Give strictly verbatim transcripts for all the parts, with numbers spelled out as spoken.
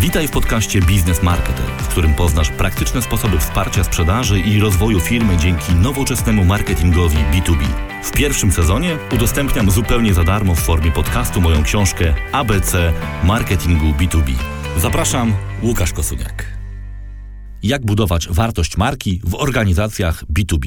Witaj w podcaście Biznes Marketer, w którym poznasz praktyczne sposoby wsparcia sprzedaży i rozwoju firmy dzięki nowoczesnemu marketingowi B dwa B. W pierwszym sezonie udostępniam zupełnie za darmo w formie podcastu moją książkę A B C Marketingu B dwa B. Zapraszam, Łukasz Kosuniak. Jak budować wartość marki w organizacjach B dwa B?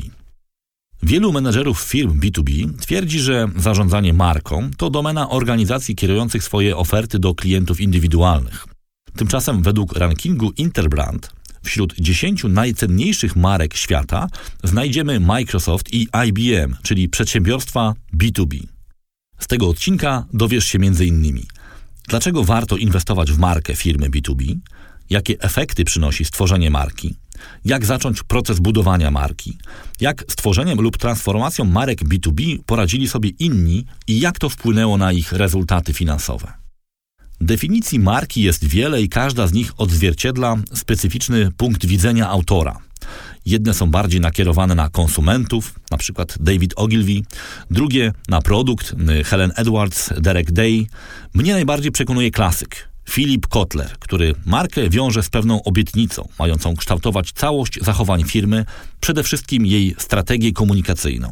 Wielu menedżerów firm B dwa B twierdzi, że zarządzanie marką to domena organizacji kierujących swoje oferty do klientów indywidualnych. Tymczasem według rankingu Interbrand wśród dziesięciu najcenniejszych marek świata znajdziemy Microsoft i I B M, czyli przedsiębiorstwa B dwa B. Z tego odcinka dowiesz się między innymi, dlaczego warto inwestować w markę firmy B dwa B, jakie efekty przynosi stworzenie marki, jak zacząć proces budowania marki, jak stworzeniem lub transformacją marek B dwa B poradzili sobie inni i jak to wpłynęło na ich rezultaty finansowe. Definicji marki jest wiele i każda z nich odzwierciedla specyficzny punkt widzenia autora. Jedne są bardziej nakierowane na konsumentów, np. David Ogilvy, drugie na produkt, Helen Edwards, Derek Day. Mnie najbardziej przekonuje klasyk, Philip Kotler, który markę wiąże z pewną obietnicą, mającą kształtować całość zachowań firmy, przede wszystkim jej strategię komunikacyjną.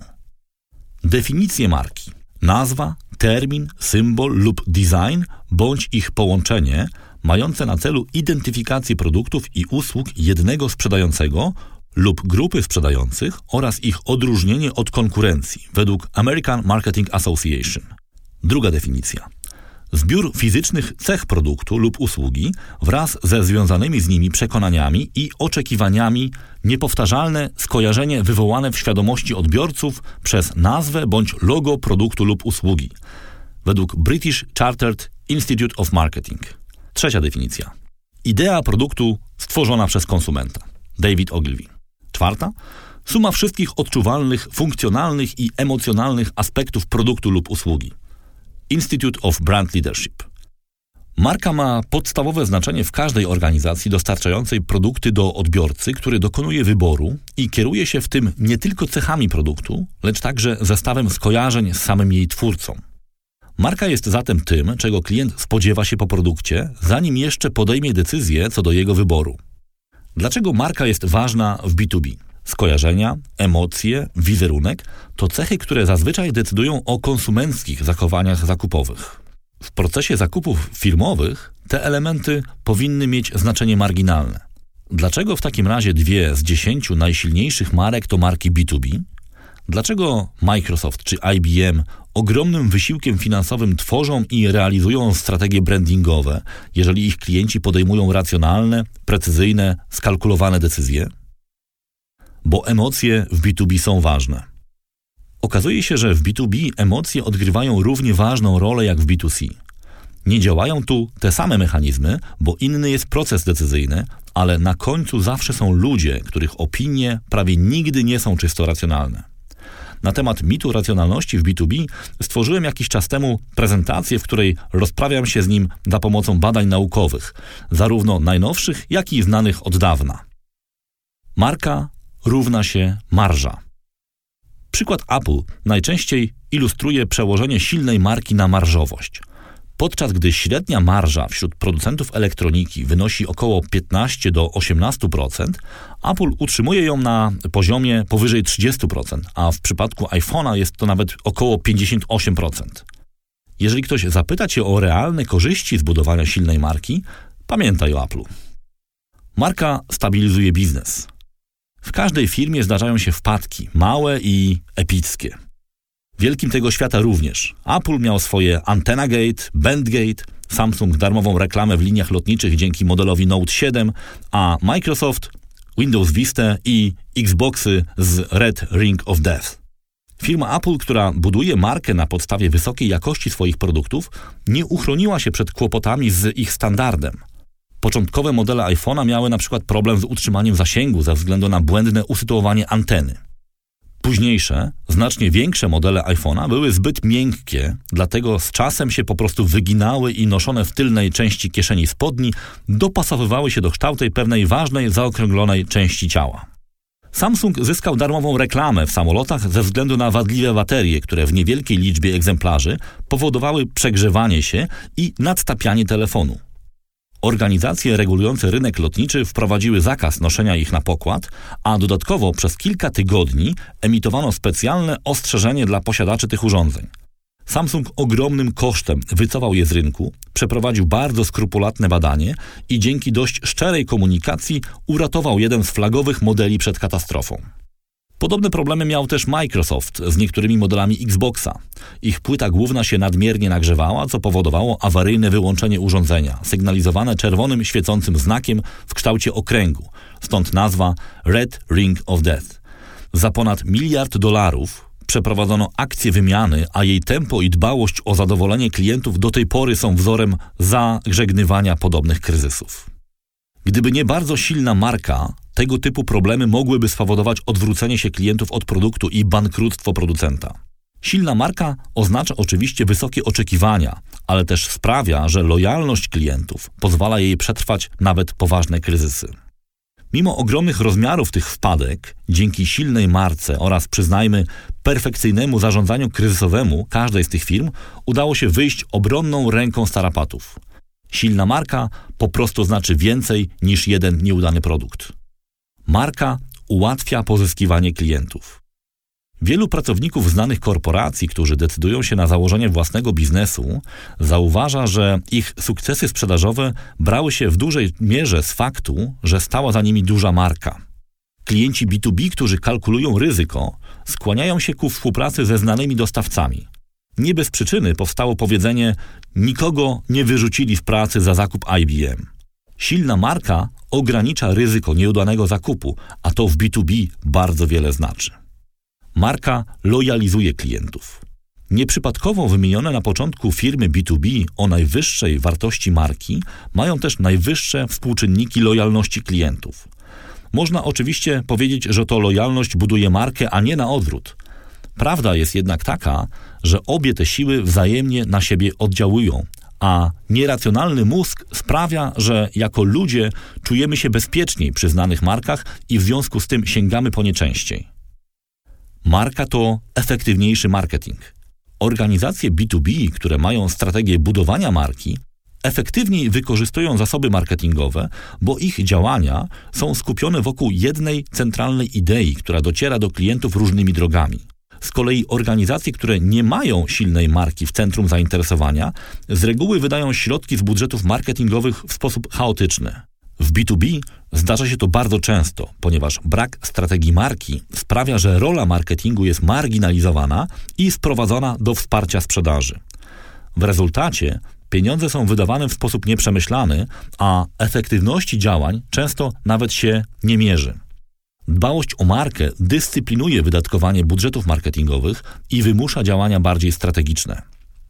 Definicje marki. Nazwa, termin, symbol lub design, bądź ich połączenie, mające na celu identyfikację produktów i usług jednego sprzedającego lub grupy sprzedających oraz ich odróżnienie od konkurencji według American Marketing Association. Druga definicja. Zbiór fizycznych cech produktu lub usługi wraz ze związanymi z nimi przekonaniami i oczekiwaniami, niepowtarzalne skojarzenie wywołane w świadomości odbiorców przez nazwę bądź logo produktu lub usługi, według British Chartered Institute of Marketing. Trzecia definicja. Idea produktu stworzona przez konsumenta. David Ogilvy. Czwarta. Suma wszystkich odczuwalnych, funkcjonalnych i emocjonalnych aspektów produktu lub usługi. Institute of Brand Leadership. Marka ma podstawowe znaczenie w każdej organizacji dostarczającej produkty do odbiorcy, który dokonuje wyboru i kieruje się w tym nie tylko cechami produktu, lecz także zestawem skojarzeń z samym jej twórcą. Marka jest zatem tym, czego klient spodziewa się po produkcie, zanim jeszcze podejmie decyzję co do jego wyboru. Dlaczego marka jest ważna w B dwa B? Skojarzenia, emocje, wizerunek to cechy, które zazwyczaj decydują o konsumenckich zachowaniach zakupowych. W procesie zakupów firmowych te elementy powinny mieć znaczenie marginalne. Dlaczego w takim razie dwie z dziesięciu najsilniejszych marek to marki B dwa B? Dlaczego Microsoft czy I B M ogromnym wysiłkiem finansowym tworzą i realizują strategie brandingowe, jeżeli ich klienci podejmują racjonalne, precyzyjne, skalkulowane decyzje? Bo emocje w B dwa B są ważne. Okazuje się, że w B dwa B emocje odgrywają równie ważną rolę jak w B dwa C. Nie działają tu te same mechanizmy, bo inny jest proces decyzyjny, ale na końcu zawsze są ludzie, których opinie prawie nigdy nie są czysto racjonalne. Na temat mitu racjonalności w B dwa B stworzyłem jakiś czas temu prezentację, w której rozprawiam się z nim za pomocą badań naukowych, zarówno najnowszych, jak i znanych od dawna. Marka równa się marża. Przykład Apple najczęściej ilustruje przełożenie silnej marki na marżowość. Podczas gdy średnia marża wśród producentów elektroniki wynosi około piętnaście do osiemnastu procent, Apple utrzymuje ją na poziomie powyżej trzydziestu procent, a w przypadku iPhone'a jest to nawet około pięćdziesiąt osiem procent. Jeżeli ktoś zapyta Cię o realne korzyści zbudowania silnej marki, pamiętaj o Apple'u. Marka stabilizuje biznes. W każdej firmie zdarzają się wpadki, małe i epickie. Wielkim tego świata również. Apple miał swoje AntennaGate, BandGate, Samsung darmową reklamę w liniach lotniczych dzięki modelowi Note siedem, a Microsoft Windows Vista i Xboxy z Red Ring of Death. Firma Apple, która buduje markę na podstawie wysokiej jakości swoich produktów, nie uchroniła się przed kłopotami z ich standardem. Początkowe modele iPhone'a miały na przykład problem z utrzymaniem zasięgu ze względu na błędne usytuowanie anteny. Późniejsze, znacznie większe modele iPhone'a były zbyt miękkie, dlatego z czasem się po prostu wyginały i noszone w tylnej części kieszeni spodni dopasowywały się do kształtu pewnej ważnej, zaokrąglonej części ciała. Samsung zyskał darmową reklamę w samolotach ze względu na wadliwe baterie, które w niewielkiej liczbie egzemplarzy powodowały przegrzewanie się i nadtapianie telefonu. Organizacje regulujące rynek lotniczy wprowadziły zakaz noszenia ich na pokład, a dodatkowo przez kilka tygodni emitowano specjalne ostrzeżenie dla posiadaczy tych urządzeń. Samsung ogromnym kosztem wycofał je z rynku, przeprowadził bardzo skrupulatne badanie i dzięki dość szczerej komunikacji uratował jeden z flagowych modeli przed katastrofą. Podobne problemy miał też Microsoft z niektórymi modelami Xboxa. Ich płyta główna się nadmiernie nagrzewała, co powodowało awaryjne wyłączenie urządzenia, sygnalizowane czerwonym świecącym znakiem w kształcie okręgu, stąd nazwa Red Ring of Death. Za ponad miliard dolarów przeprowadzono akcję wymiany, a jej tempo i dbałość o zadowolenie klientów do tej pory są wzorem zażegnywania podobnych kryzysów. Gdyby nie bardzo silna marka, tego typu problemy mogłyby spowodować odwrócenie się klientów od produktu i bankructwo producenta. Silna marka oznacza oczywiście wysokie oczekiwania, ale też sprawia, że lojalność klientów pozwala jej przetrwać nawet poważne kryzysy. Mimo ogromnych rozmiarów tych wpadek, dzięki silnej marce oraz, przyznajmy, perfekcyjnemu zarządzaniu kryzysowemu każdej z tych firm udało się wyjść obronną ręką z tarapatów. Silna marka po prostu znaczy więcej niż jeden nieudany produkt. Marka ułatwia pozyskiwanie klientów. Wielu pracowników znanych korporacji, którzy decydują się na założenie własnego biznesu, zauważa, że ich sukcesy sprzedażowe brały się w dużej mierze z faktu, że stała za nimi duża marka. Klienci B dwa B, którzy kalkulują ryzyko, skłaniają się ku współpracy ze znanymi dostawcami. Nie bez przyczyny powstało powiedzenie: nikogo nie wyrzucili z pracy za zakup I B M. Silna marka ogranicza ryzyko nieudanego zakupu, a to w B dwa B bardzo wiele znaczy. Marka lojalizuje klientów. Nieprzypadkowo wymienione na początku firmy B dwa B o najwyższej wartości marki mają też najwyższe współczynniki lojalności klientów. Można oczywiście powiedzieć, że to lojalność buduje markę, a nie na odwrót. Prawda jest jednak taka, że obie te siły wzajemnie na siebie oddziałują, a nieracjonalny mózg sprawia, że jako ludzie czujemy się bezpieczniej przy znanych markach i w związku z tym sięgamy po nie częściej. Marka to efektywniejszy marketing. Organizacje B dwa B, które mają strategię budowania marki, efektywniej wykorzystują zasoby marketingowe, bo ich działania są skupione wokół jednej centralnej idei, która dociera do klientów różnymi drogami. Z kolei organizacje, które nie mają silnej marki w centrum zainteresowania, z reguły wydają środki z budżetów marketingowych w sposób chaotyczny. W B dwa B zdarza się to bardzo często, ponieważ brak strategii marki sprawia, że rola marketingu jest marginalizowana i sprowadzona do wsparcia sprzedaży. W rezultacie pieniądze są wydawane w sposób nieprzemyślany, a efektywności działań często nawet się nie mierzy. Dbałość o markę dyscyplinuje wydatkowanie budżetów marketingowych i wymusza działania bardziej strategiczne.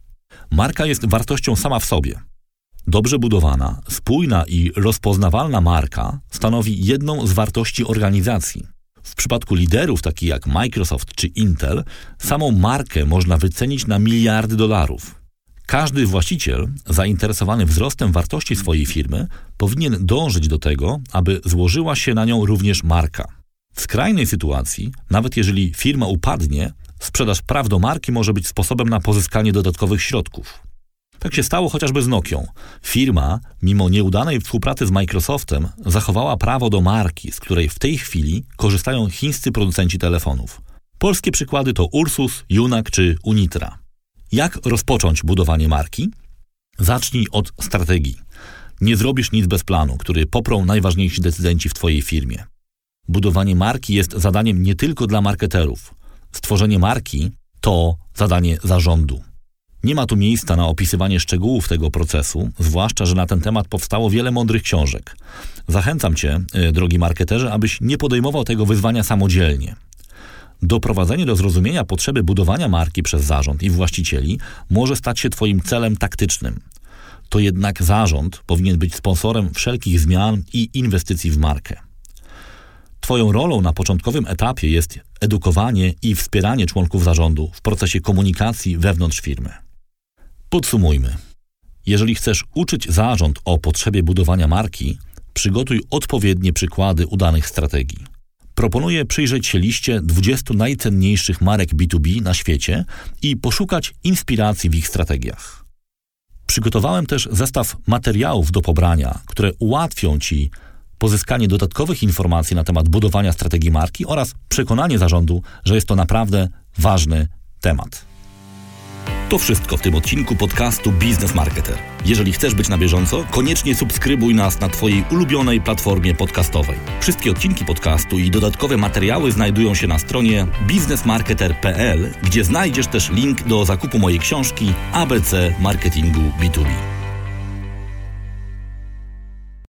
Marka jest wartością sama w sobie. Dobrze budowana, spójna i rozpoznawalna marka stanowi jedną z wartości organizacji. W przypadku liderów takich jak Microsoft czy Intel, samą markę można wycenić na miliardy dolarów. Każdy właściciel zainteresowany wzrostem wartości swojej firmy powinien dążyć do tego, aby złożyła się na nią również marka. W skrajnej sytuacji, nawet jeżeli firma upadnie, sprzedaż praw do marki może być sposobem na pozyskanie dodatkowych środków. Tak się stało chociażby z Nokią. Firma, mimo nieudanej współpracy z Microsoftem, zachowała prawo do marki, z której w tej chwili korzystają chińscy producenci telefonów. Polskie przykłady to Ursus, Junak czy Unitra. Jak rozpocząć budowanie marki? Zacznij od strategii. Nie zrobisz nic bez planu, który poprą najważniejsi decydenci w Twojej firmie. Budowanie marki jest zadaniem nie tylko dla marketerów. Stworzenie marki to zadanie zarządu. Nie ma tu miejsca na opisywanie szczegółów tego procesu, zwłaszcza że na ten temat powstało wiele mądrych książek. Zachęcam Cię, drogi marketerze, abyś nie podejmował tego wyzwania samodzielnie. Doprowadzenie do zrozumienia potrzeby budowania marki przez zarząd i właścicieli może stać się Twoim celem taktycznym. To jednak zarząd powinien być sponsorem wszelkich zmian i inwestycji w markę. Twoją rolą na początkowym etapie jest edukowanie i wspieranie członków zarządu w procesie komunikacji wewnątrz firmy. Podsumujmy. Jeżeli chcesz uczyć zarząd o potrzebie budowania marki, przygotuj odpowiednie przykłady udanych strategii. Proponuję przyjrzeć się liście dwudziestu najcenniejszych marek B dwa B na świecie i poszukać inspiracji w ich strategiach. Przygotowałem też zestaw materiałów do pobrania, które ułatwią Ci pozyskanie dodatkowych informacji na temat budowania strategii marki oraz przekonanie zarządu, że jest to naprawdę ważny temat. To wszystko w tym odcinku podcastu Biznes Marketer. Jeżeli chcesz być na bieżąco, koniecznie subskrybuj nas na Twojej ulubionej platformie podcastowej. Wszystkie odcinki podcastu i dodatkowe materiały znajdują się na stronie biznesmarketer kropka p l, gdzie znajdziesz też link do zakupu mojej książki A B C Marketingu B dwa B.